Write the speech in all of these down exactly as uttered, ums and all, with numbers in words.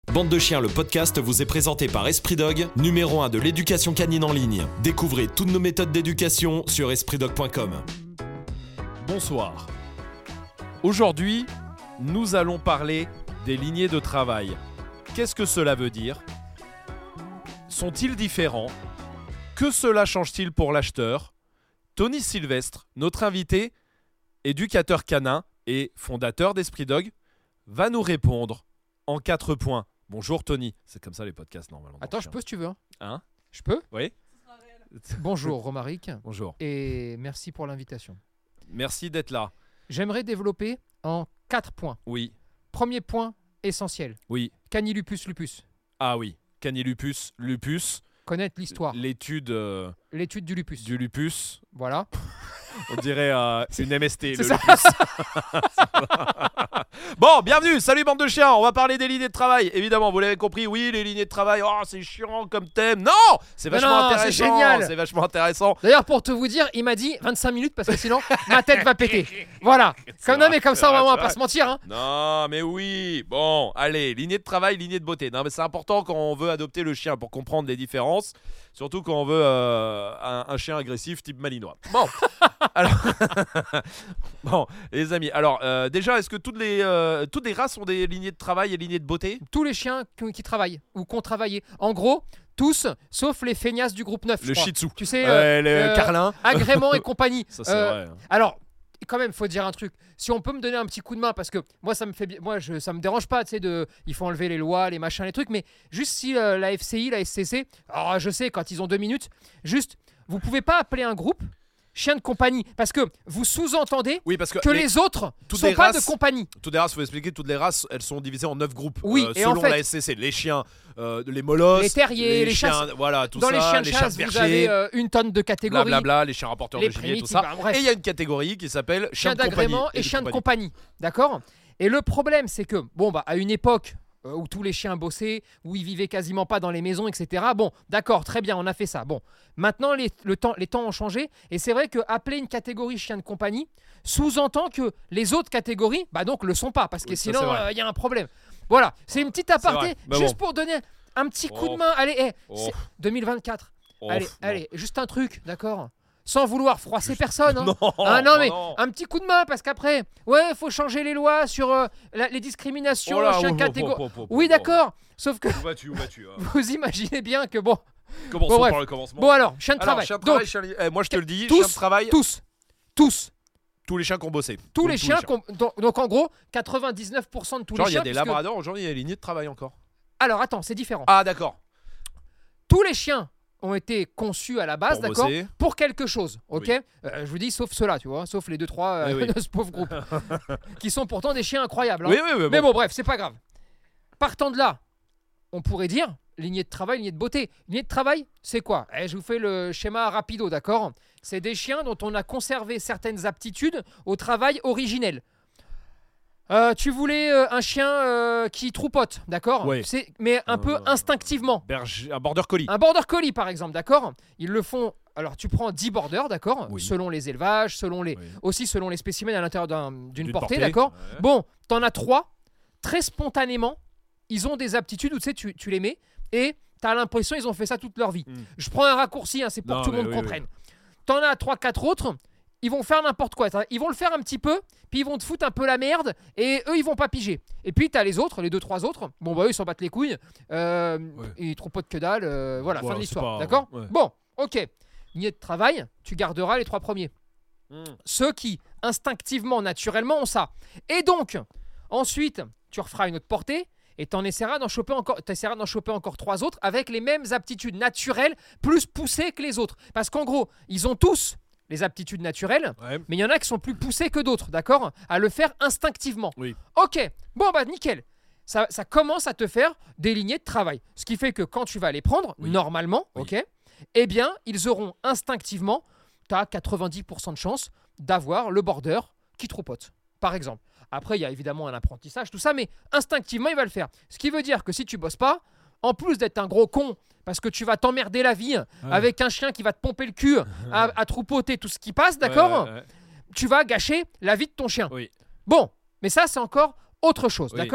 Bande de chiens, le podcast vous est présenté par Esprit Dog, numéro un de l'éducation canine en ligne. Découvrez toutes nos méthodes d'éducation sur esprit dog point com. Bonsoir. Aujourd'hui, nous allons parler des lignées de travail. Qu'est-ce que cela veut dire ? Sont-ils différents ? Que cela change-t-il pour l'acheteur ? Tony Sylvestre, notre invité, éducateur canin et fondateur d'Esprit Dog, va nous répondre en quatre points. Bonjour Tony, c'est comme ça les podcasts normalement. Attends, je peux si tu veux. Hein, hein Je peux ? Oui. Bonjour Romaric. Bonjour. Et merci pour l'invitation. Merci d'être là. J'aimerais développer en quatre points. Oui. Premier point essentiel. Oui. Canilupus lupus. Ah oui. Canilupus lupus. Connaître l'histoire. L'étude euh, L'étude du lupus. du lupus. Voilà. On dirait euh, une M S T, c'est le ça. lupus. Bon, bienvenue, salut bande de chiens. On va parler des lignées de travail. Évidemment, vous l'avez compris, oui, les lignées de travail, oh, c'est chiant comme thème. Non, c'est Mais vachement non, c'est intéressant. génial. C'est vachement intéressant. D'ailleurs, pour te vous dire, il m'a dit vingt-cinq minutes parce que sinon, ma tête va péter. Voilà. Comme, vrai, non, mais comme c'est ça, vrai, on va c'est pas vrai. se mentir. Hein. Non, mais oui. Bon, allez, lignée de travail, lignée de beauté. Non, mais c'est important quand on veut adopter le chien pour comprendre les différences. Surtout quand on veut euh, un, un chien agressif type malinois. Bon, alors, bon, les amis. Alors, euh, déjà, est-ce que toutes les euh, toutes les races ont des lignées de travail et lignées de beauté ? Tous les chiens qui, qui travaillent ou qui ont travaillé. En gros, tous, sauf les feignasses du groupe neuf. Le je crois. Shih Tzu, Tu sais, euh, le euh, Carlin. agrément et compagnie. Ça, c'est Euh, vrai. hein. Alors, quand même, faut dire un truc. Si on peut me donner un petit coup de main, parce que moi, ça me fait, bi- moi, je, ça me dérange pas, tu sais, de, il faut enlever les lois, les machins, les trucs, mais juste si euh, la F C I, la S C C, alors je sais quand ils ont deux minutes, juste, vous pouvez pas appeler un groupe chien de compagnie, parce que vous sous-entendez Oui, parce que, que les, les autres toutes sont les pas races- de compagnie. toutes les races, faut expliquer, toutes les races, elles sont divisées en neuf groupes. Oui, euh, et en selon fait- la S C C, les chiens, euh, les molosses, Les terriers, les chiens, chasses. voilà, tout Dans ça, les chiens de chasse, de vous berger. avez euh, une tonne de catégories. Blablabla, les chiens rapporteurs Les de gibier, tout primitifs, ça. bah, bref. Et il y a une catégorie qui s'appelle chien Chien de compagnie. d'agrément et chien de compagnie. D'accord ? Et le problème, c'est que, bon, bah, à une époque euh, où tous les chiens bossaient, où ils vivaient quasiment pas dans les maisons, et cetera. Bon, d'accord, très bien, on a fait ça. Bon, maintenant, les, le temps, les temps ont changé. Et c'est vrai qu'appeler une catégorie chien de compagnie sous-entend que les autres catégories, bah, donc, le sont pas. Parce que Oui, ça, sinon, c'est il vrai. y a un problème. Voilà, c'est une petite aparté, vrai, mais juste bon. pour donner un petit coup Oh. de main. Allez, eh, Oh. c'est deux mille vingt-quatre. Oh, allez, non. allez, juste un truc, d'accord ? Sans vouloir froisser personne. Hein. Non, Ah non, oh mais non. un petit coup de main parce qu'après, ouais, il faut changer les lois sur euh, la- les discriminations, Oh là, chien oh, oh, catégorie. oh, oh, oh, Oui, oh. d'accord. Sauf que Où vas-tu, où vas-tu hein vous imaginez bien que bon. Commençons Bon, bref. par le commencement. Bon alors, chien de Alors, travail. chien de Donc, travail, chien de- eh, moi je te le dis, tous, chien de travail, tous, tous, tous les chiens qui ont bossé. tous Tous- les tous chiens. qu'on- donc, donc, en gros, quatre-vingt-dix-neuf pour cent de tous Genre les il y a chiens. des puisque- labradors, aujourd'hui il y a des lignées de travail encore. Alors attends, c'est différent. Ah d'accord. Tous les chiens ont été conçus à la base, Pour d'accord, bosser. pour quelque chose, ok. Oui. Euh, je vous dis, sauf ceux-là, tu vois, sauf les deux trois euh, Eh oui. de ce pauvre groupe, qui sont pourtant des chiens incroyables. hein. Oui, oui, oui. Mais bon, bref, c'est pas grave. Partant de là, on pourrait dire lignée de travail, lignée de beauté. Lignée de travail, c'est quoi ? Eh, Je vous fais le schéma rapido, d'accord ? C'est des chiens dont on a conservé certaines aptitudes au travail originel. Euh, tu voulais euh, un chien euh, qui troupote, d'accord ? Ouais. C'est, mais un peu Euh, instinctivement. Berger, un border collie. Un border collie, par exemple, d'accord ? Ils le font. Alors, tu prends dix borders, d'accord ? Oui. Selon les élevages, selon les, Oui. aussi selon les spécimens à l'intérieur d'un- d'une D'une portée, portée, d'accord ? ouais. Bon, t'en as trois. Très spontanément, ils ont des aptitudes où tu sais, tu, tu les mets et t'as l'impression qu'ils ont fait ça toute leur vie. Mm. Je prends un raccourci, hein, c'est pour Non, que tout le mais monde oui, comprenne. T'en as trois, quatre autres. Ils vont faire n'importe quoi. T'as- Ils vont le faire un petit peu, puis ils vont te foutre un peu la merde, et eux, ils vont pas piger. Et puis, t'as les autres, les deux, trois autres. Bon, bah, eux, ils s'en battent les couilles. Euh, Ouais. Ils troupotent que dalle. euh, voilà, Voilà, fin de c'est l'histoire. pas- D'accord ouais. Bon, ok. Lignée de travail, tu garderas les trois premiers. Mm. Ceux qui, instinctivement, naturellement, ont ça. Et donc, ensuite, tu referas une autre portée. Et t'en essaieras d'en choper encore, t'essaieras d'en choper encore trois autres avec les mêmes aptitudes naturelles, plus poussées que les autres. Parce qu'en gros, ils ont tous les aptitudes naturelles, Ouais. mais il y en a qui sont plus poussés que d'autres, d'accord ? À le faire instinctivement. Oui. Ok, bon bah nickel. Ça, ça commence à te faire des lignées de travail. Ce qui fait que quand tu vas les prendre, Oui. normalement, Oui. ok, eh bien, ils auront instinctivement, tu as quatre-vingt-dix pour cent de chance d'avoir le border qui troupote, par exemple. Après, il y a évidemment un apprentissage, tout ça, mais instinctivement, il va le faire. Ce qui veut dire que si tu bosses pas, en plus d'être un gros con, parce que tu vas t'emmerder la vie avec un chien qui va te pomper le cul, à, à troupoter tout ce qui passe, d'accord ? Ouais, ouais, ouais. Tu vas gâcher la vie de ton chien. Oui. Bon, mais ça, c'est encore autre chose, Oui. d'accord ?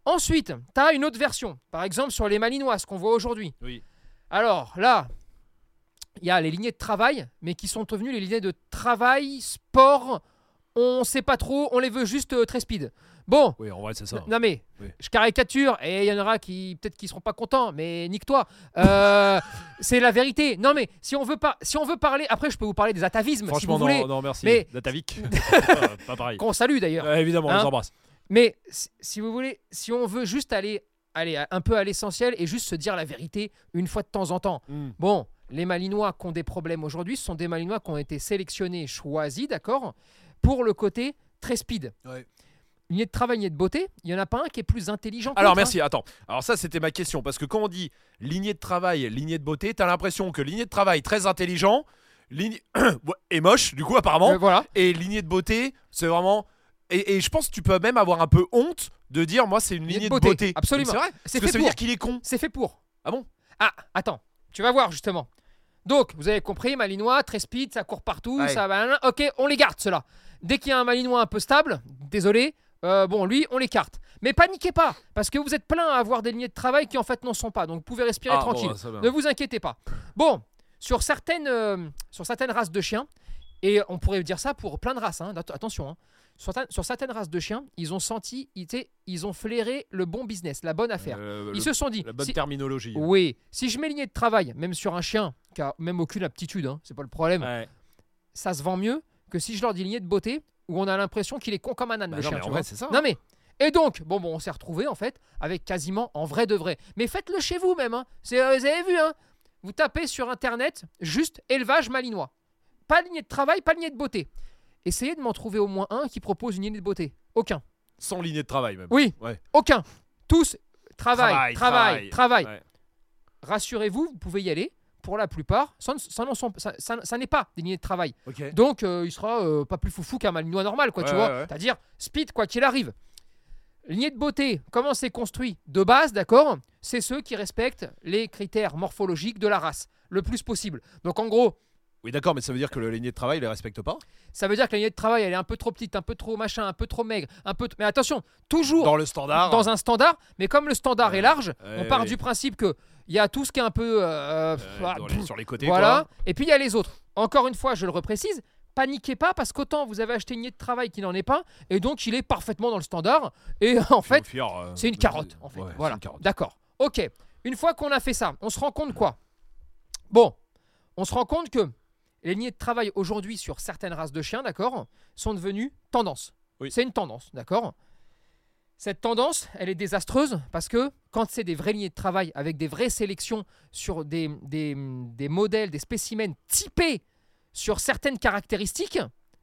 Ensuite, tu as une autre version. Par exemple, sur les Malinois, ce qu'on voit aujourd'hui. Oui. Alors là, il y a les lignées de travail, mais qui sont devenues les lignées de travail, sport. On ne sait pas trop, on les veut juste euh, très speed. Bon. Oui, en vrai, c'est ça. Non mais, Oui. je caricature et il y en aura qui peut-être qui seront pas contents, mais nique-toi. Euh, c'est la vérité. Non mais si on veut pas, si on veut parler, après je peux vous parler des atavismes si Franchement, vous voulez, non, non, merci. Mais- Datavik. Euh, pas pareil. qu'on salue d'ailleurs. Ouais, évidemment, on Hein les embrasse. Mais si, si vous voulez, si on veut juste aller, aller un peu à l'essentiel et juste se dire la vérité une fois de temps en temps. Mm. Bon, les Malinois qui ont des problèmes aujourd'hui, ce sont des Malinois qui ont été sélectionnés, choisis, d'accord, pour le côté très speed. Ouais. Lignée de travail, lignée de beauté, il n'y en a pas un qui est plus intelligent que Alors l'autre, hein. merci, attends. Alors ça c'était ma question parce que quand on dit lignée de travail, lignée de beauté, t'as l'impression que lignée de travail très intelligent, lignée et moche du coup apparemment, Euh, voilà. et lignée de beauté c'est vraiment et, et je pense que tu peux même avoir un peu honte de dire moi c'est une lignée, de beauté. Absolument. C'est vrai. C'est Parce que fait ça veut pour. dire qu'il est con. C'est fait pour. Ah bon? Ah, attends, tu vas voir justement. Donc, vous avez compris, Malinois, très speed, ça court partout, Ouais. ça va. Ok, on les garde ceux-là. Dès qu'il y a un Malinois un peu stable, désolé, euh, bon, lui, on l'écarte. Mais paniquez pas, parce que vous êtes plein à avoir des lignées de travail qui en fait n'en sont pas. Donc, vous pouvez respirer Ah, tranquille. bon, ça va. Ne vous inquiétez pas. Bon, sur certaines, euh, sur certaines races de chiens, et on pourrait dire ça pour plein de races, hein, att- attention, hein. Sur, ta- sur certaines races de chiens, ils ont senti, ils, étaient- ils ont flairé le bon business, la bonne affaire. Euh, Ils le- se sont dit, la bonne si- terminologie. oui, si je mets lignée de travail, même sur un chien qui a même aucune aptitude, hein, c'est pas le problème, Ouais. ça se vend mieux que si je leur dis lignée de beauté où on a l'impression qu'il est con comme un âne, Bah le non, chien. mais tu en vois. vrai c'est ça. Non mais, et donc, bon, bon on s'est retrouvés en fait avec quasiment en vrai de vrai. Mais faites-le chez vous même, hein. C'est, euh, vous avez vu, hein. Vous tapez sur internet juste élevage malinois. Pas lignée de travail, pas lignée de beauté. Essayez de m'en trouver au moins un qui propose une lignée de beauté. Aucun. Sans lignée de travail même. Oui, Ouais. aucun. Tous, travail, Travail, travail, travail. Ouais. Rassurez-vous, vous pouvez y aller. Pour la plupart, ça, ne- ça, n'en sont- ça- ça- ça n'est pas des lignées de travail. Ok. Donc, euh, il sera euh, pas plus foufou qu'un malinois normal, quoi, tu Ouais, vois. ouais, ouais. C'est-à-dire, speed, quoi qu'il arrive. Lignée de beauté, comment c'est construit? De base, d'accord, c'est ceux qui respectent les critères morphologiques de la race, le plus possible. Donc, en gros, Oui d'accord, mais ça veut dire que le lignée de travail il les respecte pas. ça veut dire que la lignée de travail, elle est un peu trop petite, un peu trop machin, un peu trop maigre, un peu... t- Mais attention, toujours Dans le standard. dans un standard, mais comme le standard Ouais. est large, Ouais, on part ouais. du principe que il y a tout ce qui est un peu... euh, Euh, ah, dans les- pff, sur les côtés voilà, quoi. et puis il y a les autres. Encore une fois, je le reprécise, paniquez pas parce qu'autant vous avez acheté une lignée de travail qui n'en est pas, et donc il est parfaitement dans le standard, et en Puis au fait, pire, euh, c'est une carotte, en fait. ouais, c'est Voilà, une carotte. d'accord. Ok, une fois qu'on a fait ça, on se rend compte quoi? Bon, on se rend compte que les lignées de travail aujourd'hui sur certaines races de chiens, d'accord, sont devenues tendance. Oui. C'est une tendance, d'accord. Cette tendance, elle est désastreuse parce que quand c'est des vraies lignées de travail avec des vraies sélections sur des, des, des modèles, des spécimens typés sur certaines caractéristiques,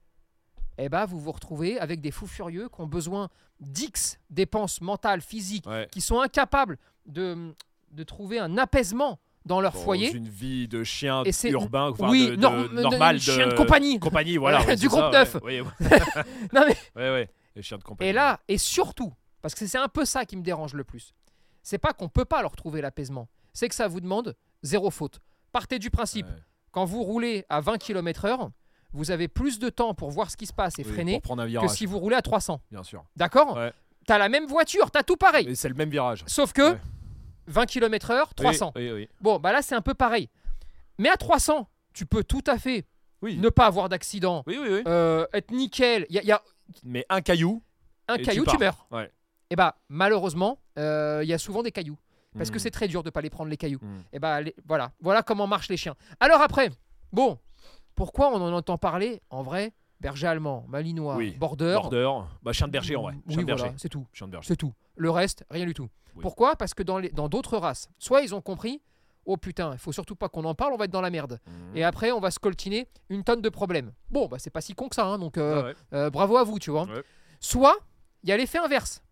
eh ben vous vous retrouvez avec des fous furieux qui ont besoin d'X dépenses mentales, physiques, Ouais. qui sont incapables de, de trouver un apaisement dans leur Dans foyer. une vie de chien Et c'est- urbain, enfin, oui, de, de- norm- de- normal, de chien de compagnie. compagnie, voilà, Ouais, ouais, du c'est groupe ça, neuf. Ouais, ouais, Non, mais- ouais, ouais, les chiens de compagnie. Et là, et surtout, parce que c'est un peu ça qui me dérange le plus, c'est pas qu'on peut pas leur trouver l'apaisement, c'est que ça vous demande zéro faute. Partez du principe, Ouais. quand vous roulez à vingt kilomètres heure, vous avez plus de temps pour voir ce qui se passe et Oui, freiner pour prendre un que virage, si vous roulez à trois cents. bien sûr. D'accord? Ouais. T'as la même voiture, t'as tout pareil. Et c'est le même virage. Sauf que Ouais. vingt kilomètres heure, trois cents. Oui, oui, oui. Bon, bah là, c'est un peu pareil. Mais à trois cents, tu peux tout à fait Oui, ne pas avoir d'accident, oui, oui, oui. euh, être nickel. Il y, a- il y a Mais un caillou. un Et caillou, tu tu, pars. meurs. Ouais. Et bah, malheureusement, euh, il y a souvent des cailloux. Parce que Mm. c'est très dur de pas les prendre, les cailloux. Mm. Et bah, les- voilà. Voilà comment marchent les chiens. Alors après, bon, pourquoi on en entend parler en vrai? Berger allemand, malinois, Oui. border. Border. Bah, chien de berger en vrai. Oui, Chien de voilà, berger. c'est tout. Chien de berger. C'est tout. Le reste, rien du tout. Oui. Pourquoi? Parce que dans les- dans d'autres races, soit ils ont compris, oh putain, il faut surtout pas qu'on en parle, on va être dans la merde. Mhm. Et après, on va se coltiner une tonne de problèmes. Bon, bah c'est pas si con que ça, hein, donc euh, Ah ouais. euh, bravo à vous, tu vois. Ouais. Soit, il y a l'effet inverse.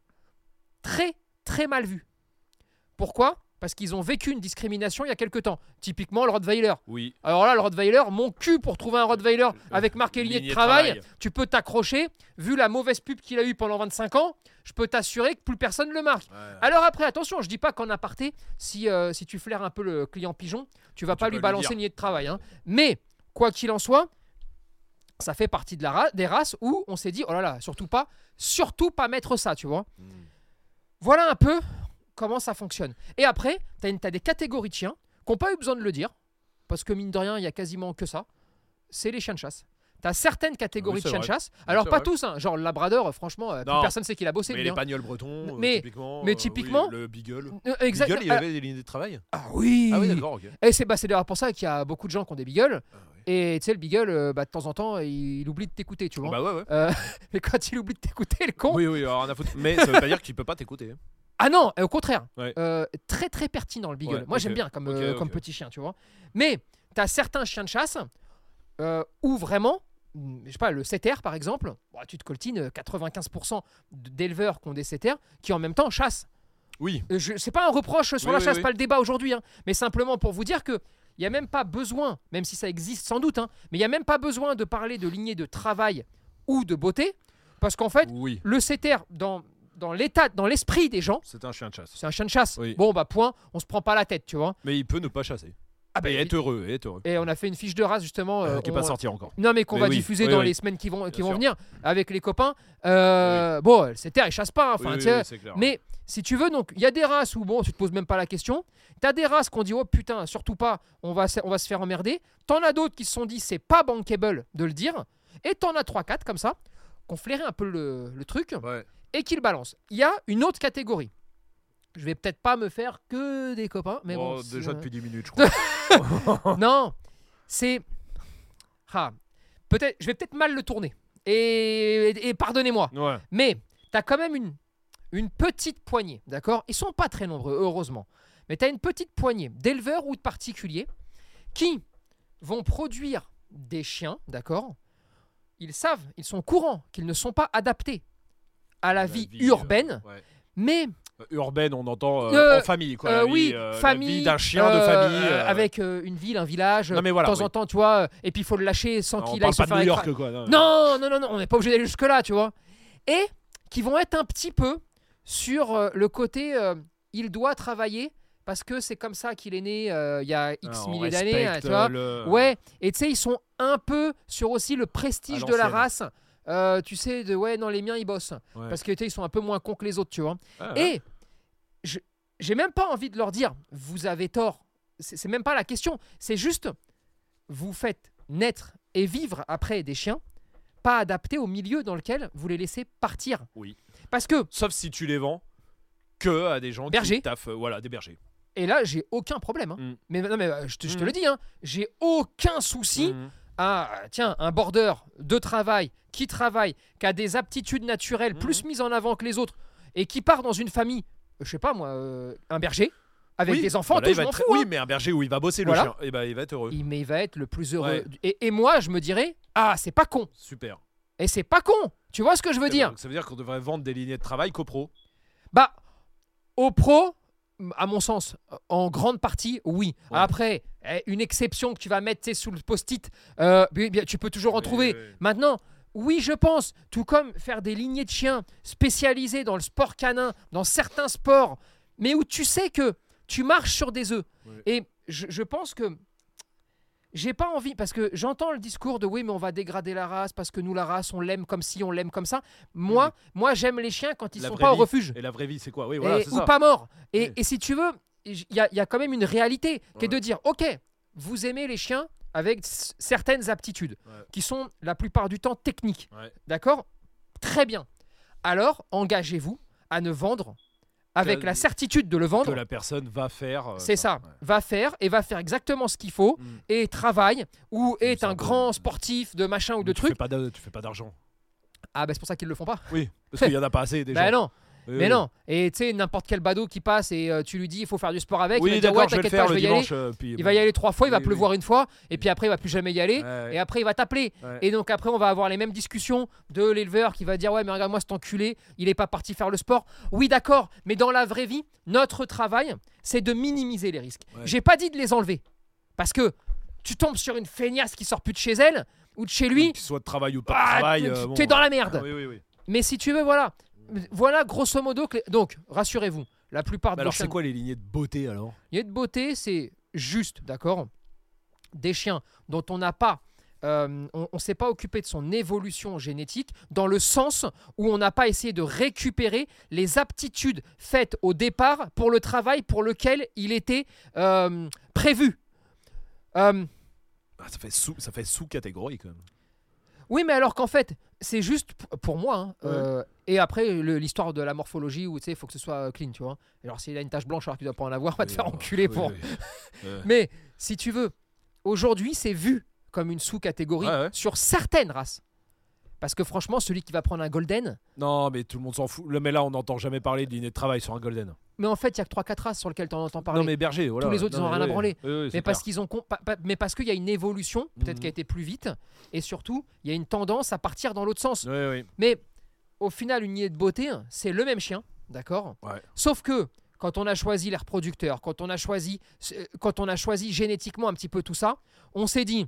Très, très mal vu. Pourquoi? Parce qu'ils ont vécu une discrimination il y a quelque temps. Typiquement, le Rottweiler. Oui. Alors là, le Rottweiler, mon cul pour trouver un Rottweiler avec marqué lignée de travail, tu peux t'accrocher. Vu la mauvaise pub qu'il a eue pendant vingt-cinq ans, je peux t'assurer que plus personne ne le marque. Ouais. Alors après, attention, je dis pas qu'en aparté, si, euh, si tu flaires un peu le client pigeon, tu vas Tu pas peux lui lui balancer dire. une lignée de travail. Hein. Mais, quoi qu'il en soit, ça fait partie de la ra- des races où on s'est dit, oh là là, surtout pas, surtout pas mettre ça, tu vois. Mm. Voilà un peu comment ça fonctionne. Et après, tu as des catégories de chiens qui n'ont pas eu besoin de le dire, parce que mine de rien, il y a quasiment que ça. C'est les chiens de chasse. Tu as certaines catégories Oui, de c'est chiens de vrai. chasse. Alors, c'est pas vrai. tous, hein. Genre le labrador, franchement, euh, plus Non. personne sait qu'il a bossé. Mais lui, les hein. bagnoles bretons, euh, Mais- typiquement. mais euh, typiquement- oui, le beagle. Euh, exact- Beagle, il ah, avait des lignes de travail. ah oui. Ah oui, d'accord, ok. Et c'est bah, c'est d'ailleurs pour ça qu'il y a beaucoup de gens qui ont des beagles. Ah, oui. Et tu sais, le beagle, euh, bah, de temps en temps, il, il oublie de t'écouter, tu vois. Bah ouais, ouais. Euh, mais quand il oublie de t'écouter, le con. Oui, oui, alors rien à foutre. Mais ça veut pas dire qu'il peut pas t'écouter. hein. Ah non, au contraire. Ouais. Euh, très très pertinent le beagle. Ouais, Moi ok. j'aime bien comme, Ok, euh, ok. comme petit chien, tu vois. Mais tu as certains chiens de chasse euh, où vraiment, mm, je sais pas, le setter par exemple, bah, tu te coltines euh, quatre-vingt-quinze pour cent d'éleveurs qui ont des setters qui en même temps chassent. Oui. Euh, je- C'est pas un reproche sur Oui, la oui, chasse, oui. pas le débat aujourd'hui, hein, mais simplement pour vous dire que il n'y a même pas besoin, même si ça existe sans doute, hein, mais il n'y a même pas besoin de parler de lignée de travail ou de beauté, parce qu'en fait, Oui. le setter, dans, dans l'état, dans l'esprit des gens, C'est un chien de chasse. c'est un chien de chasse. Oui. Bon, bah point, on se prend pas la tête, tu vois. Mais il peut ne pas chasser. Ah bah, Et et, être heureux, et être heureux. on a fait une fiche de race justement. euh, Euh, qui est on- pas sorti encore. Non, mais qu'on Mais va oui, diffuser oui, dans oui. les semaines qui vont, qui Bien vont sûr. venir avec les copains. Euh, Bon, le setter, il chasse pas, hein, enfin, Oui, tu sais, oui, c'est clair. mais si tu veux, donc il y a des races où bon, tu te poses même pas la question. T'as des races qu'on dit oh putain, surtout pas, on va, se- on va se faire emmerder. T'en as d'autres qui se sont dit c'est pas bankable de le dire. Et t'en as trois quatre comme ça, qu'on flairait un peu le, le truc Ouais. et qui le balancent. Il y a une autre catégorie. Je vais peut-être pas me faire que des copains, mais bon. Oh, c'est, déjà euh, depuis dix minutes, je crois. non, c'est. Ah, peut-être, je vais peut-être mal le tourner. Et, et- et pardonnez-moi. ouais. Mais tu as quand même une, une petite poignée, d'accord? Ils sont pas très nombreux, heureusement. Mais tu as une petite poignée d'éleveurs ou de particuliers qui vont produire des chiens, d'accord? Ils savent, ils sont courants qu'ils ne sont pas adaptés à la, vie, euh, urbaine, ouais. mais Euh, Urbaine, on entend euh, Euh, en famille, quoi. Euh, la vie, oui, euh, la famille, vie d'un chien de euh, famille. euh, euh, avec euh, une ville, un village, Non, mais voilà, de temps oui. en temps, tu vois, et puis il faut le lâcher sans on qu'il parle aille se pas de faire New écra- York, quoi. Non, Non, non, non, non, on n'est pas obligé d'aller jusque-là, tu vois. Et qui vont être un petit peu sur euh, le côté, euh, il doit travailler parce que c'est comme ça qu'il est né euh, il y a X Ah, on milliers d'années, respecte, hein, tu vois. le- Ouais, et tu sais, ils sont un peu sur aussi le prestige À de la l'ancienne. race. Euh, tu sais, de ouais, non, les miens ils bossent. Ouais. Parce que tu sais, ils sont un peu moins cons que les autres, tu vois. Ah, ouais. Et je j'ai même pas envie de leur dire vous avez tort. C'est c'est même pas la question. C'est juste vous faites naître et vivre après des chiens pas adaptés au milieu dans lequel vous les laissez partir. Oui. Parce que Sauf si tu les vends que à des gens Berger. qui taffent. euh, Voilà, des bergers. et là j'ai aucun problème. hein. Mm. Mais non mais euh, je te, je te Mm. le dis hein, j'ai aucun souci Mhm. à tiens un border de travail qui travaille, qui a des aptitudes naturelles Mhm. plus mises en avant que les autres et qui part dans une famille, je sais pas moi, euh, un berger avec Oui, des enfants, voilà, tout, il je va m'en être- fous. Oui, hein. mais un berger où il va bosser Voilà. le chien, et ben il va être heureux. Il, mais il va être le plus heureux. Ouais. Et, et moi, je me dirais, ah, c'est pas con. Super. Et c'est pas con. Tu vois ce que je veux Et dire? donc, ça veut dire qu'on devrait vendre des lignées de travail copro. Bah, au pro, à mon sens, en grande partie, oui. Ouais. Après, eh, une exception que tu vas mettre tu sais, sous le post-it, euh, bien, bien, tu peux toujours en Oui, trouver. oui, oui. Maintenant, oui, je pense, tout comme faire des lignées de chiens spécialisées dans le sport canin, dans certains sports, mais où tu sais que tu marches sur des œufs. Oui. Et je, je pense que j'ai pas envie, parce que j'entends le discours de oui, mais on va dégrader la race parce que nous, la race, on l'aime comme si, on l'aime comme ça. Moi, moi j'aime les chiens quand ils La sont vraie pas au vie. refuge. Et la vraie vie, c'est quoi? Oui, voilà, Et- c'est ou ça. pas morts. Et, Oui. et si tu veux, il y a, il y a quand même une réalité qui est de Ouais. dire ok, vous aimez les chiens avec c- certaines aptitudes Ouais. qui sont la plupart du temps techniques. Ouais. D'accord? Très bien. Alors, engagez-vous à ne vendre avec Que- la certitude de le Que vendre. la personne va faire. euh, C'est ça. Ouais. Va faire et va faire exactement ce qu'il faut Mm. et travaille ou est c'est un un peu- grand sportif de machin ou Mais de tu fais trucs. pas de- tu fais pas d'argent. Ah, ben c'est pour ça qu'ils le font pas. Oui, parce qu'il y en a pas assez déjà. Ben non. Oui, Mais oui. non, et tu sais, n'importe quel badaud qui passe et euh, tu lui dis il faut faire du sport avec, il va Oui, te dire d'accord, ouais, je vais le t'inquiète faire pas, je le vais y aller. dimanche. euh, puis Il bon. va y aller trois fois, il va Oui, pleuvoir oui. une fois, et puis après il va plus jamais y aller, Ouais, ouais. et après il va t'appeler. Ouais. Et donc après on va avoir les mêmes discussions de l'éleveur qui va dire ouais mais regarde-moi cet enculé, il est pas parti faire le sport. Oui d'accord, mais dans la vraie vie, notre travail, c'est de minimiser les risques. Ouais. J'ai pas dit de les enlever, parce que tu tombes sur une feignasse qui sort plus de chez elle, ou de chez lui, Qu'il soit de travail ou pas de ah, travail. tu- euh, tu- bon. t'es dans la merde. Ah, oui, oui, oui. Mais si tu veux, voilà. Voilà grosso modo. Que les- Donc, rassurez-vous, la plupart Mais de alors, vos c'est chiens quoi les lignées de beauté alors? de beauté, c'est juste, d'accord, des chiens dont on n'a pas euh, on ne s'est pas occupé de son évolution génétique dans le sens où on n'a pas essayé de récupérer les aptitudes faites au départ pour le travail pour lequel il était euh, prévu. Euh, Ah, ça fait sous, ça fait sous-catégorie quand même. oui, mais alors qu'en fait, c'est juste p- pour moi. hein, Ouais. euh, et après, le- l'histoire de la morphologie où tu sais, il faut que ce soit clean, tu vois. Alors, s'il a une tache blanche alors qu'il ne doit pas en avoir, va te Oui, faire alors, enculer oui, pour. oui. Ouais. Mais si tu veux, aujourd'hui, c'est vu comme une sous-catégorie Ouais, ouais. sur certaines races. Parce que franchement, celui qui va prendre un golden, Non, mais tout le monde s'en fout. Le- Mais là, on n'entend jamais parler de lignée de travail sur un golden. mais en fait, il y a que trois quatre races sur lesquelles tu en entends parler. Non, mais berger, voilà. Tous les autres, Non, ils ont mais rien à oui. branler. Oui, oui, c'est Mais parce clair. qu'ils ont com- pa- pa- mais parce qu'il y a une évolution, peut-être Mhm. qui a été plus vite, et surtout, il y a une tendance à partir dans l'autre sens. Oui, oui. Mais au final, une lignée de beauté, c'est le même chien, d'accord. Ouais. Sauf que quand on a choisi les reproducteurs, quand on a choisi, euh, quand on a choisi génétiquement un petit peu tout ça, on s'est dit,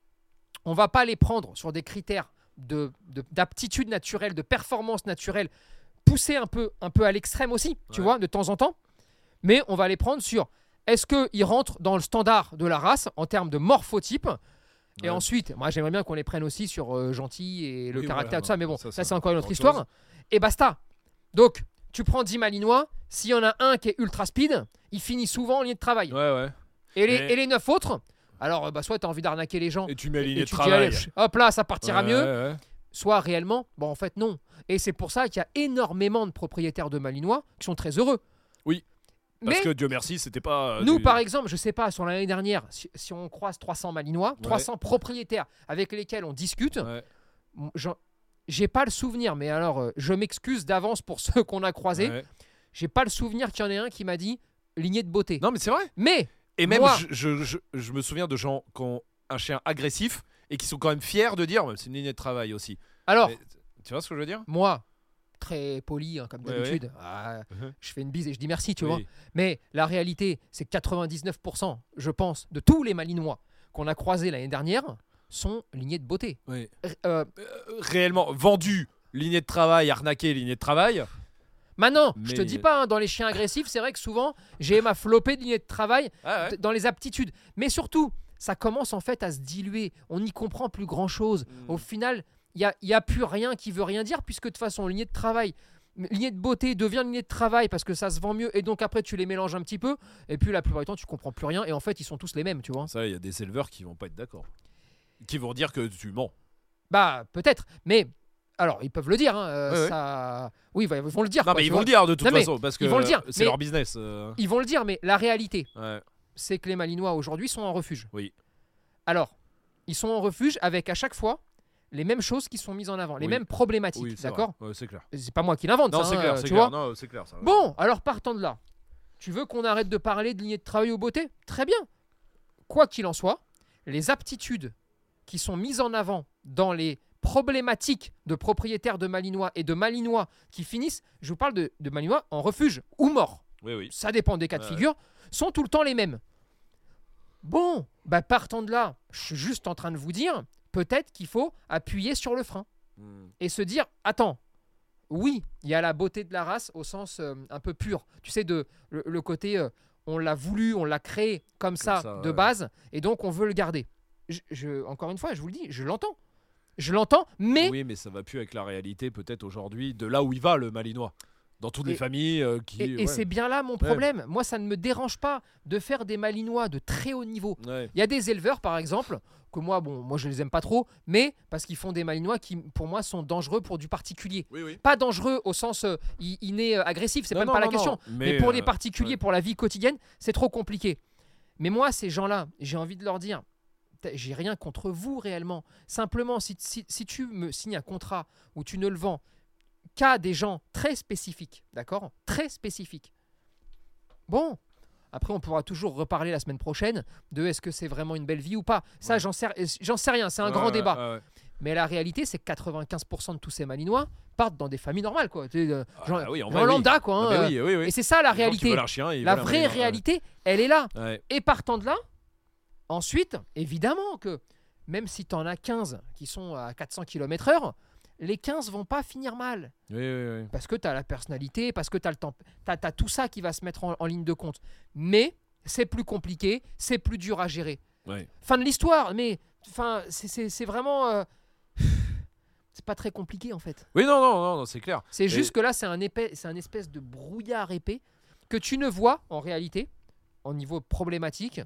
on va pas les prendre sur des critères de, de- d'aptitude naturelle, de performance naturelle, poussés un peu, un peu à l'extrême aussi, tu Ouais. vois, de temps en temps. Mais on va les prendre sur est-ce qu'ils rentrent dans le standard de la race en termes de morphotype. Et Ouais. ensuite, moi j'aimerais bien qu'on les prenne aussi sur euh, gentil et le Oui, caractère, voilà, tout ça, mais non, bon, ça, ça, ça, c'est encore une autre autre histoire. chose. Et basta. Donc, tu prends dix Malinois, s'il y en a un qui est ultra speed, il finit souvent en ligne de travail. Ouais, ouais. Et, les, Mais- et les neuf autres, alors euh, bah, soit tu as envie d'arnaquer les gens, Et tu mets et, lignée et de tu dis, travail. allez, pff, hop là, ça partira Ouais, mieux, ouais, ouais. soit réellement, bon en fait non. Et c'est pour ça qu'il y a énormément de propriétaires de Malinois qui sont très heureux. Oui. Parce Mais que Dieu merci, c'était pas. euh, nous, du- par exemple, je sais pas, sur l'année dernière, si, si on croise trois cents Malinois, trois cents propriétaires avec lesquels on discute, Ouais. m- j'en- j'ai pas le souvenir, mais alors euh, je m'excuse d'avance pour ceux qu'on a croisés, Ouais. j'ai pas le souvenir qu'il y en ait un qui m'a dit lignée de beauté. Non, mais c'est vrai. Mais, Et même, Moi- je, je, je, je me souviens de gens qui ont un chien agressif et qui sont quand même fiers de dire c'est une lignée de travail aussi. alors, Mais tu vois ce que je veux dire? moi, très poli, hein, comme Ouais, d'habitude, ah, Mhm. je fais une bise et je dis merci, tu Oui. vois. Mais la réalité, c'est que quatre-vingt-dix-neuf pour cent, je pense, de tous les Malinois qu'on a croisés l'année dernière sont lignés de beauté. Oui. R- euh, Euh, réellement vendu lignée de travail, arnaqué lignée de travail. maintenant, Mais- je te dis pas, hein, dans les chiens agressifs, c'est vrai que souvent, j'ai ma flopée de lignées de travail Ah ouais. d- dans les aptitudes. Mais surtout, ça commence en fait à se diluer. On n'y comprend plus grand-chose. Mm. Au final, il n'y a, il y a plus rien qui veut rien dire, puisque de toute façon, lignée de travail, lignée de beauté devient lignée de travail parce que ça se vend mieux, et donc après, tu les mélanges un petit peu, et puis la plupart du temps, tu comprends plus rien, et en fait, ils sont tous les mêmes, tu vois. Ça, il y a des éleveurs qui vont pas être d'accord. Qui vont dire que tu mens. Bah, peut-être, mais... Alors, ils peuvent le dire, hein, euh, Ouais, ouais. ça... Oui, bah, ils vont le dire. Non, quoi, mais tu ils vois. vont le dire de toute Non, mais façon parce que ils vont le dire, c'est mais- leur business. euh. Ils vont le dire, mais la réalité, Ouais. c'est que les Malinois aujourd'hui sont en refuge. Oui. Alors, ils sont en refuge avec à chaque fois les mêmes choses qui sont mises en avant, les Oui. mêmes problématiques, Oui, c'est d'accord. vrai. Ouais, c'est clair. C'est pas moi qui l'invente, Non, ça, c'est hein, clair, euh, c'est tu clair. vois. Non, c'est clair. Ça. Bon, alors partant de là, tu veux qu'on arrête de parler de lignée de travail ou beauté? Très bien. Quoi qu'il en soit, les aptitudes qui sont mises en avant dans les problématiques de propriétaires de Malinois et de Malinois qui finissent, je vous parle de, de Malinois en refuge ou mort, Oui, oui. ça dépend des cas de Ouais. figure, sont tout le temps les mêmes. Bon, bah partant de là, je suis juste en train de vous dire, peut-être qu'il faut appuyer sur le frein Mm. et se dire, attends, oui, il y a la beauté de la race au sens euh, un peu pur. Tu sais, de, le, le côté, euh, on l'a voulu, on l'a créé comme, ça, ça, de ouais. base, et donc on veut le garder. Je, je- encore une fois, je vous le dis, je l'entends. Je l'entends, mais Oui, mais ça va plus avec la réalité peut-être aujourd'hui de là où il va le Malinois. Dans toutes les Et- familles euh, qui. et, et ouais. c'est bien là mon problème. Moi, ça ne me dérange pas de faire des Malinois de très haut niveau. Ouais. Il y a des éleveurs, par exemple, que moi, bon, moi je les aime pas trop, mais parce qu'ils font des Malinois qui, pour moi, sont dangereux pour du particulier. Oui, oui. Pas dangereux au sens euh, i- inné euh, agressif, c'est Non, même non, pas la non, question. non. Mais, Mais, pour euh, les particuliers, ouais. pour la vie quotidienne, c'est trop compliqué. Mais moi, ces gens-là, j'ai envie de leur dire, t'as- j'ai rien contre vous réellement. Simplement, si, si, si tu me signes un contrat où tu ne le vends qu'à des gens très spécifiques, d'accord? Très spécifiques. Bon, après, on pourra toujours reparler la semaine prochaine de est-ce que c'est vraiment une belle vie ou pas. Ça, Ouais. j'en sais, j'en sais rien, c'est un Ouais, grand ouais, débat. ouais, ouais. Mais la réalité, c'est que quatre-vingt-quinze pour cent de tous ces Malinois partent dans des familles normales, quoi. Tu sais, euh, Ah, genre, bah oui, en genre vrai, oui. lambda, quoi. Ah, hein, bah euh, oui, oui, oui. Et c'est ça la Les gens qui réalité. veulent un chien, ils La veulent un vraie Malinois, réalité, elle est là. ouais. Ouais. Et partant de là, ensuite, évidemment que même si tu en as quinze qui sont à quatre cents kilomètres heure, les quinze vont pas finir mal. Oui, oui, oui. Parce que tu as la personnalité, parce que tu as le temps, tu as tout ça qui va se mettre en, en ligne de compte. Mais c'est plus compliqué, c'est plus dur à gérer. Ouais. Fin de l'histoire. Mais enfin, c'est, c'est, c'est vraiment. Euh, c'est pas très compliqué en fait. Oui, non, non, non, non c'est clair. C'est Et- juste que là, c'est un, épais, c'est un espèce de brouillard épais que tu ne vois en réalité, au niveau problématique,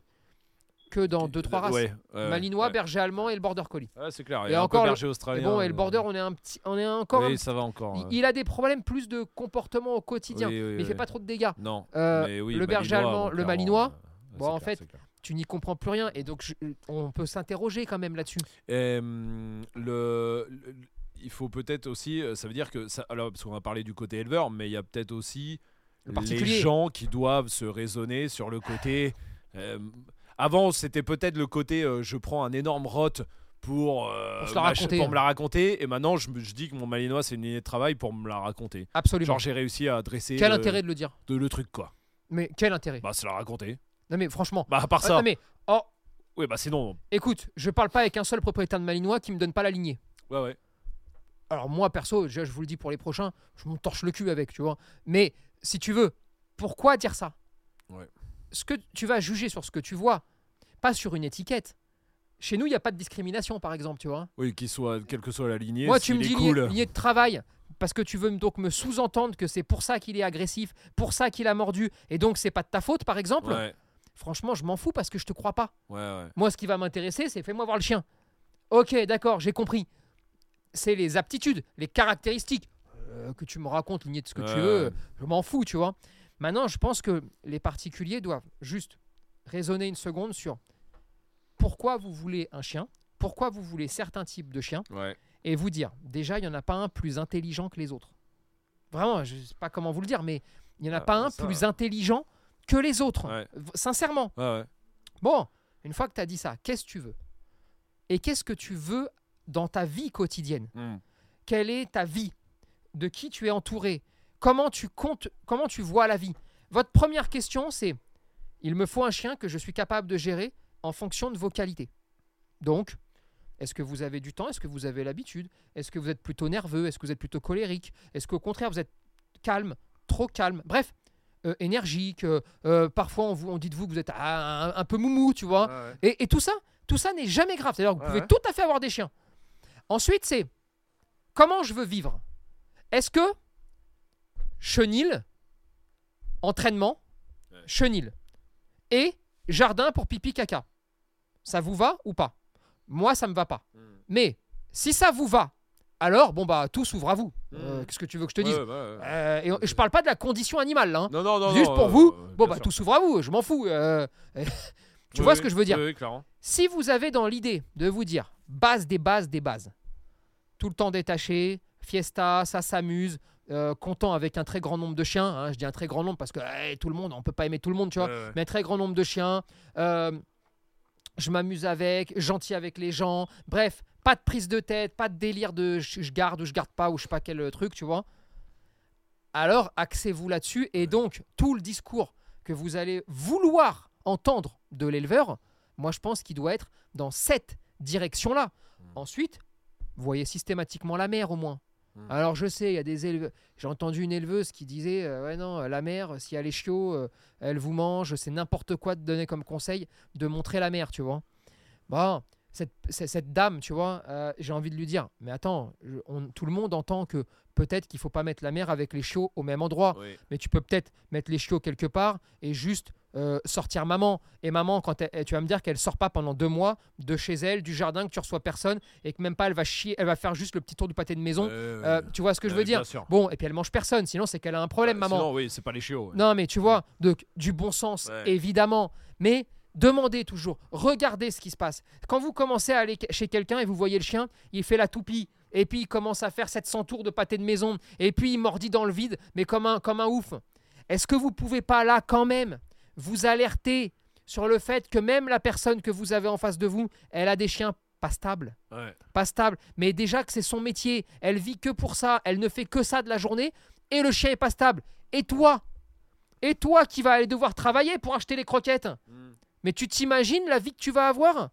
que dans deux trois races. Ouais, ouais, Malinois, ouais. berger allemand et le border collie. Ouais, c'est clair. Et Et, un encore, peu le- berger Et australien. bon, et le euh, border, on est un petit, on est encore. Oui, un- ça va encore. il, ouais. il a des problèmes plus de comportement au quotidien, Oui, oui, mais il oui, fait oui. pas trop de dégâts. Non. Euh, mais oui, le berger Malinois, allemand, bon, le clairement, Malinois, euh, bon, c'est en clair, fait, c'est clair. Tu n'y comprends plus rien, et donc je- on peut s'interroger quand même là-dessus. Et, hum, le, le- il faut peut-être aussi, euh, ça veut dire que, ça, alors, parce qu'on a parlé du côté éleveur, mais il y a peut-être aussi Le les particulier. gens qui doivent se raisonner sur le côté. euh, avant, c'était peut-être le côté euh, je prends un énorme rot pour, euh, Pour se la mach- raconter. pour me la raconter, et maintenant je, me- je dis que mon Malinois c'est une lignée de travail pour me la raconter. Absolument. Genre j'ai réussi à dresser Quel le, intérêt de le dire? de le truc quoi. Mais quel intérêt? Bah c'est la raconter. Non mais franchement. Bah à part Ah, ça. non, mais oh, Oui bah sinon. écoute, je parle pas avec un seul propriétaire de Malinois qui me donne pas la lignée. Ouais ouais. Alors moi perso, je, je vous le dis pour les prochains, je m'en torche le cul avec, tu vois. Mais si tu veux, pourquoi dire ça? Ouais. Ce que tu vas juger sur ce que tu vois, pas sur une étiquette. Chez nous, il n'y a pas de discrimination, par exemple, tu vois. Oui qu'il soit, quelle que soit la lignée. Moi, tu me s'il dis est cool. lignée, lignée de travail, parce que tu veux me- donc me sous-entendre que c'est pour ça qu'il est agressif, pour ça qu'il a mordu, et donc c'est pas de ta faute, par exemple. Ouais Franchement, je m'en fous parce que je te crois pas. ouais ouais. Moi, ce qui va m'intéresser, c'est fais-moi voir le chien. Ok, d'accord, j'ai compris. C'est les aptitudes, les caractéristiques. Euh, que tu me racontes, lignée de ce que tu Ouais, veux, ouais. je m'en fous, tu vois. Maintenant, je pense que les particuliers doivent juste raisonner une seconde sur pourquoi vous voulez un chien, pourquoi vous voulez certains types de chiens, Ouais. et vous dire, déjà, il n'y en a pas un plus intelligent que les autres. Vraiment, je ne sais pas comment vous le dire, mais il n'y en a Ah, pas un ça, plus ouais. intelligent que les autres. Ouais. V- Sincèrement. Ouais ouais. Bon, une fois que tu as dit ça, qu'est-ce que tu veux? Et qu'est-ce que tu veux dans ta vie quotidienne? Hmm. Quelle est ta vie? De qui tu es entouré? Comment tu comptes, comment tu vois la vie? Votre première question, c'est il me faut un chien que je suis capable de gérer en fonction de vos qualités. Donc, est-ce que vous avez du temps? Est-ce que vous avez l'habitude? Est-ce que vous êtes plutôt nerveux? Est-ce que vous êtes plutôt colérique? Est-ce qu'au contraire, vous êtes calme? Trop calme? Bref, euh, énergique. euh, euh, parfois, on, vous, on dit de vous que vous êtes ah, un, un peu moumou, tu vois. Ouais, ouais. Et, et tout ça, tout ça n'est jamais grave. C'est-à-dire que vous Ouais, pouvez ouais. tout à fait avoir des chiens. Ensuite, c'est comment je veux vivre. Est-ce que chenil, entraînement, Ouais. chenil et jardin pour pipi caca, ça vous va ou pas? Moi, ça me va pas. Hmm. Mais si ça vous va, alors bon bah tout s'ouvre à vous. Euh, Mm. Qu'est-ce que tu veux que je te dise? Ouais, ouais, ouais. Euh, et, et je parle pas de la condition animale là. hein. Non non non. Juste non, pour euh, vous, euh, bon bien bah sûr. tout s'ouvre à vous. Je m'en fous. euh, tu Oui, vois oui, ce que je veux dire? Oui, oui, clairement. Si vous avez dans l'idée de vous dire base des bases des bases, tout le temps détaché, fiesta, ça s'amuse, euh, content avec un très grand nombre de chiens, hein, je dis un très grand nombre parce que hey, tout le monde, on peut pas aimer tout le monde, tu vois, Ouais, ouais. mais un très grand nombre de chiens, euh, je m'amuse avec, gentil avec les gens, bref, pas de prise de tête, pas de délire de je, je garde ou je garde pas ou je sais pas quel euh, truc, tu vois. Alors axez-vous là-dessus et donc tout le discours que vous allez vouloir entendre de l'éleveur, moi je pense qu'il doit être dans cette direction-là. Ensuite, voyez systématiquement la mère au moins. Mm. Alors je sais, il y a des éleveurs. J'ai entendu une éleveuse qui disait euh, ouais non, la mère, si elle est chiot, euh, elle vous mange, c'est n'importe quoi de donner comme conseil de montrer la mère, tu vois. Bon, cette, cette, cette dame, tu vois, euh, j'ai envie de lui dire, mais attends, je- on- tout le monde entend que peut-être qu'il faut pas mettre la mère avec les chiots au même endroit, Oui. mais tu peux peut-être mettre les chiots quelque part et juste euh, sortir maman. Et maman, quand elle- elle- tu vas me dire qu'elle sort pas pendant deux mois de chez elle, du jardin, que tu reçois personne et que même pas elle va chier, elle va faire juste le petit tour du pâté de maison. Ouais, ouais, Euh, ouais. tu vois ce que je Ouais, veux dire? Bien sûr. Bon, et puis elle mange personne, sinon c'est qu'elle a un problème, Ouais, maman. Sinon, oui, c'est pas les chiots. ouais. Non, mais tu vois, donc, du bon sens, Ouais. évidemment. Mais demandez toujours, regardez ce qui se passe. Quand vous commencez à aller chez quelqu'un et vous voyez le chien, il fait la toupie. Et puis il commence à faire sept cents tours de pâté de maison. Et puis il mordit dans le vide, mais comme un, comme un ouf. Est-ce que vous pouvez pas là, quand même, vous alerter sur le fait que même la personne que vous avez en face de vous, elle a des chiens pas stables? Ouais. Pas stable, mais déjà que c'est son métier, elle vit que pour ça, elle ne fait que ça de la journée, et le chien est pas stable. Et toi Et toi qui vas aller devoir travailler pour acheter les croquettes, Mm. mais tu t'imagines la vie que tu vas avoir?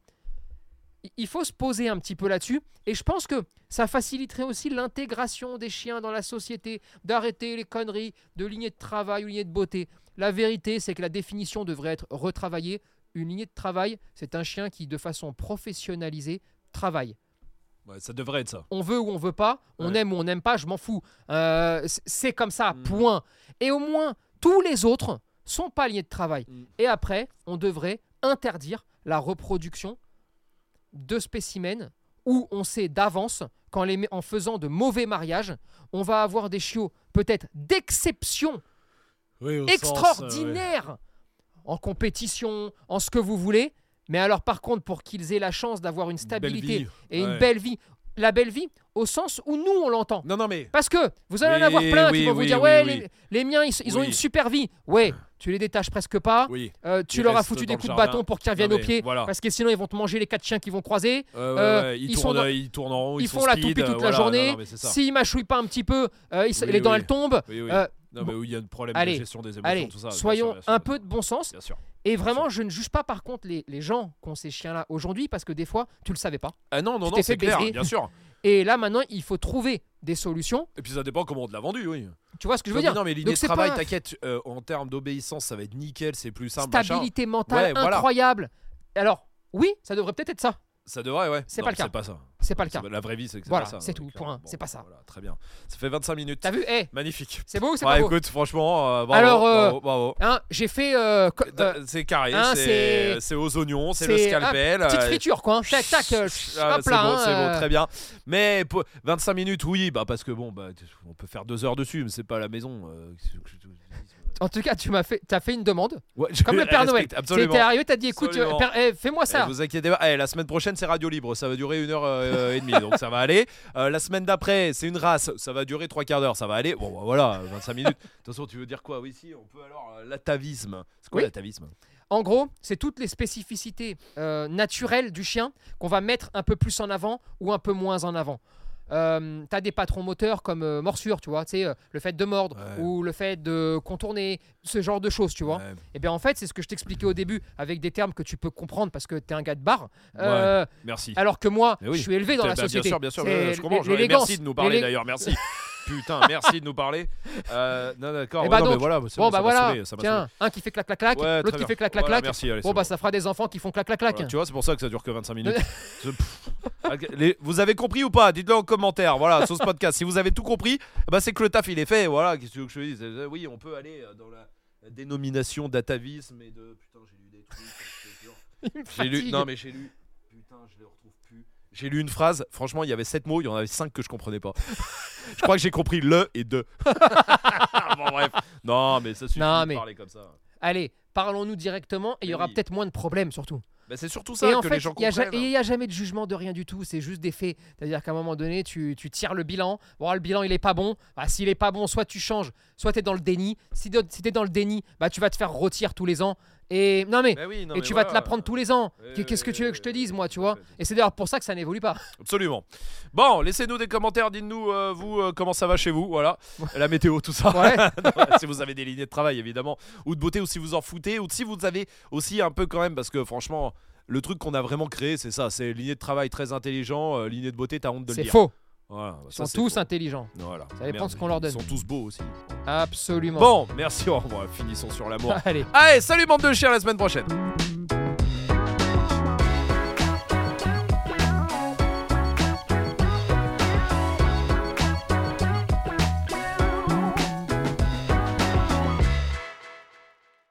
I- Il faut se poser un petit peu là-dessus, et je pense que ça faciliterait aussi l'intégration des chiens dans la société, d'arrêter les conneries de lignée de travail ou lignée de beauté. La vérité, c'est que la définition devrait être retravaillée. une lignée de travail, c'est un chien qui, de façon professionnalisée, travaille. Ouais, ça devrait être ça. On veut ou on veut pas, on Ouais. aime ou on n'aime pas, je m'en fous. Euh, c- c'est comme ça, Mm. point. Et au moins, tous les autres sont pas lignés de travail. Mm. Et après, on devrait interdire la reproduction de spécimens où on sait d'avance qu'en les met- en faisant de mauvais mariages, on va avoir des chiots peut-être d'exception, Oui, au extraordinaires, en compétition, en ce que vous voulez. Mais alors par contre, pour qu'ils aient la chance d'avoir une stabilité et une ouais. belle vie, la belle vie au sens où nous on l'entend. Non, non, mais. Parce que vous allez Oui, en avoir plein qui oui, vont vous oui, dire oui, ouais, oui. Les, les miens ils, ils ont Oui. une super vie. Ouais, tu les détaches presque pas. Oui. Euh, tu Ils leur as restent foutu dans des le coups de jardin. bâton pour qu'ils reviennent Non, au mais pied. voilà. Parce que sinon ils vont te manger les quatre chiens qui vont croiser. Euh, ouais, Euh, ouais, Ils, ils tournent, sont dans- ils tournent en rond, Ils, ils font sont la speed, toupie toute euh, la voilà. journée. Non, non, mais c'est ça. S'ils mâchouillent pas un petit peu, euh, ils- Oui, les dents oui. elles tombent. Oui, oui. Euh, Non, mais oui, il y a un problème allez, de gestion des émotions, Allez, tout ça. bien soyons sûr, bien sûr, un bien peu sûr. de bon sens. Bien sûr. Et vraiment, je ne juge pas par contre les, les gens qui ont ces chiens-là aujourd'hui parce que des fois, tu le savais pas. Ah non, non, Tu non, t'es c'est fait clair, baiser. bien sûr. Et là maintenant, il faut trouver des solutions. Et puis ça dépend comment on te l'a vendu, oui. Tu vois ce que je veux Non, dire? Non, mais l'idée Donc, de c'est travail, pas- t'inquiète, euh, en termes d'obéissance, ça va être nickel, c'est plus simple. machin. Stabilité mentale Ouais, voilà. incroyable. Alors, oui, ça devrait peut-être être ça. Ça devrait, ouais. C'est Non, pas le cas. C'est pas ça. C'est pas le cas. La vraie vie, c'est que c'est Voilà, pas ça. c'est hein, tout, clairement. point. C'est pas ça. Voilà, très bien. Ça fait vingt-cinq minutes. T'as vu? Eh, Magnifique. c'est beau ou c'est Ouais, pas beau? écoute, franchement, euh, bravo, Alors, euh, bravo, bravo. Hein, j'ai fait euh, co- euh, C'est carré, hein, c'est c'est- c'est aux oignons, c'est le c'est- scalpel. ah, petite euh, friture quoi. Hein. Tac tac. euh, Ah, hop c'est là. bon, hein, c'est bon, euh, très bien. Mais pour vingt-cinq minutes, oui, bah parce que bon, bah on peut faire deux heures dessus, mais c'est pas à la maison. euh, qu'est-ce que je te dise, En tout cas, tu m'as fait, t'as fait une demande. ouais, je Comme le Père Noël. respecte, absolument. C'était arrivé, t'as dit écoute, Absolument. euh, Père- eh, fais-moi Eh, ça. vous inquiétez pas, eh, la semaine prochaine c'est Radio Libre, ça va durer une heure euh, et demie, donc ça va aller. Euh, la semaine d'après c'est une race, ça va durer trois quarts d'heure, ça va aller. Bon bah, voilà, vingt-cinq minutes. De toute façon tu veux dire quoi? Oui, si, on peut alors euh, l'atavisme. C'est quoi Oui. l'atavisme? En gros, c'est toutes les spécificités euh, naturelles du chien qu'on va mettre un peu plus en avant ou un peu moins en avant. Euh, t'as des patrons moteurs comme euh, morsure, tu vois, tu sais, euh, le fait de mordre Ouais. ou le fait de contourner, ce genre de choses, tu vois. Ouais. Et bien en fait, c'est ce que je t'expliquais au début avec des termes que tu peux comprendre parce que t'es un gars de bar. Euh, Merci. alors que moi, Mais oui. je suis élevé dans la Bah, société. Bien sûr, bien sûr, C'est je je comprends. je- l'élégance. Merci de nous parler L'élé- d'ailleurs, merci. Putain, merci de nous parler. Euh, non, d'accord. Eh ouais, bah non, mais donc, voilà, c'est Bon, bon, bah ça m'a voilà, saoulé, ça m'a tiens, un qui fait clac clac clac, saoulé. Ouais, l'autre très qui bien. fait clac clac Voilà, clac. merci, allez, Bon c'est bah ça fera des enfants qui font clac clac clac. Voilà, tu vois, c'est pour ça que ça dure que vingt-cinq minutes. Je- pff. Les- vous avez compris ou pas? Dites-le en commentaire. Voilà, sur ce podcast. Si vous avez tout compris, bah c'est que le taf il est fait. Voilà, qu'est-ce que tu veux que je te dise? Euh, Oui, on peut aller euh, dans la, la dénomination d'atavisme et de. Putain, j'ai lu des trucs. je te jure. Il me J'ai lu. fatigue. Non, mais j'ai lu. Putain, je les retrouve plus. J'ai lu une phrase. Franchement, il y avait sept mots. Il y en avait cinq que je comprenais pas. Je crois que j'ai compris le et de. Bon, bref. Non, mais ça suffit Non, de mais- parler comme ça. Allez, parlons-nous directement et il y Mais aura oui. peut-être moins de problèmes surtout. Bah, c'est surtout ça Et en que fait, les gens il comprennent. n'y a, jamais de jugement de rien du tout, c'est juste des faits. C'est-à-dire qu'à un moment donné, tu, tu tires le bilan. Bon, le bilan, il est pas bon. Bah, s'il est pas bon, soit tu changes, soit tu es dans le déni. Si, de- si tu es dans le déni, bah, tu vas te faire rôtir tous les ans. Et non, mais. Bah oui, non, et mais tu vas te voilà. la prendre tous les ans. Ouais, Qu'est-ce que tu veux que je te ouais, dise, ouais, moi, tu tout vois? à fait. Et c'est d'ailleurs pour ça que ça n'évolue pas. Absolument. Bon, laissez-nous des commentaires, dites-nous euh, vous euh, comment ça va chez vous, voilà, la météo, tout ça. Ouais. Non, si vous avez des lignées de travail évidemment, ou de beauté, ou si vous en foutez, ou si vous avez aussi un peu quand même, parce que franchement, le truc qu'on a vraiment créé, c'est ça, c'est lignée de travail très intelligent, euh, lignée de beauté, t'as honte de le C'est dire. faux. Voilà, Ils ça, sont c'est tous faux. intelligents. Voilà. Ça dépend Merde, de ce qu'on leur donne. Ils sont tous beaux aussi. Absolument. Bon, merci, au revoir, finissons sur l'amour. Allez. Allez, salut bande de chiens, à la semaine prochaine.